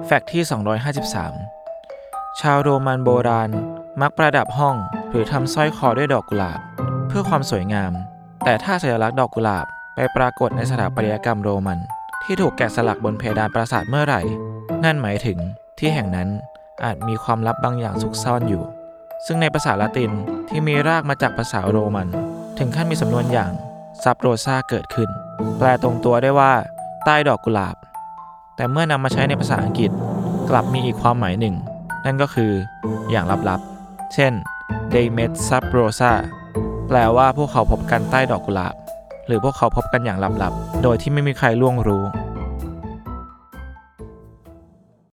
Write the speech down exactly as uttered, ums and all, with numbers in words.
แฟกต์ที่สองร้อยห้าสิบสามชาวโรมันโบราณมักประดับห้องหรือทำสร้อยคอด้วยดอกกุหลาบเพื่อความสวยงามแต่ถ้าสัญลักษณ์ดอกกุหลาบไปปรากฏในสถาปัตยกรรมโรมันที่ถูกแกะสลักบนเพดานปราสาทเมื่อไหร่นั่นหมายถึงที่แห่งนั้นอาจมีความลับบางอย่างซุกซ่อนอยู่ซึ่งในภาษาละตินที่มีรากมาจากภาษาโรมันถึงขั้นมีสำนวนอย่างซับโรซาเกิดขึ้นแปลตรงตัวได้ว่าใต้ดอกกุหลาบแต่เมื่อนำมาใช้ในภาษาอังกฤษกลับมีอีกความหมายหนึ่งนั่นก็คืออย่างลับๆเช่น they met sub rosa แปลว่าพวกเขาพบกันใต้ดอกกุหลาบหรือพวกเขาพบกันอย่างลับๆโดยที่ไม่มีใครล่วงรู้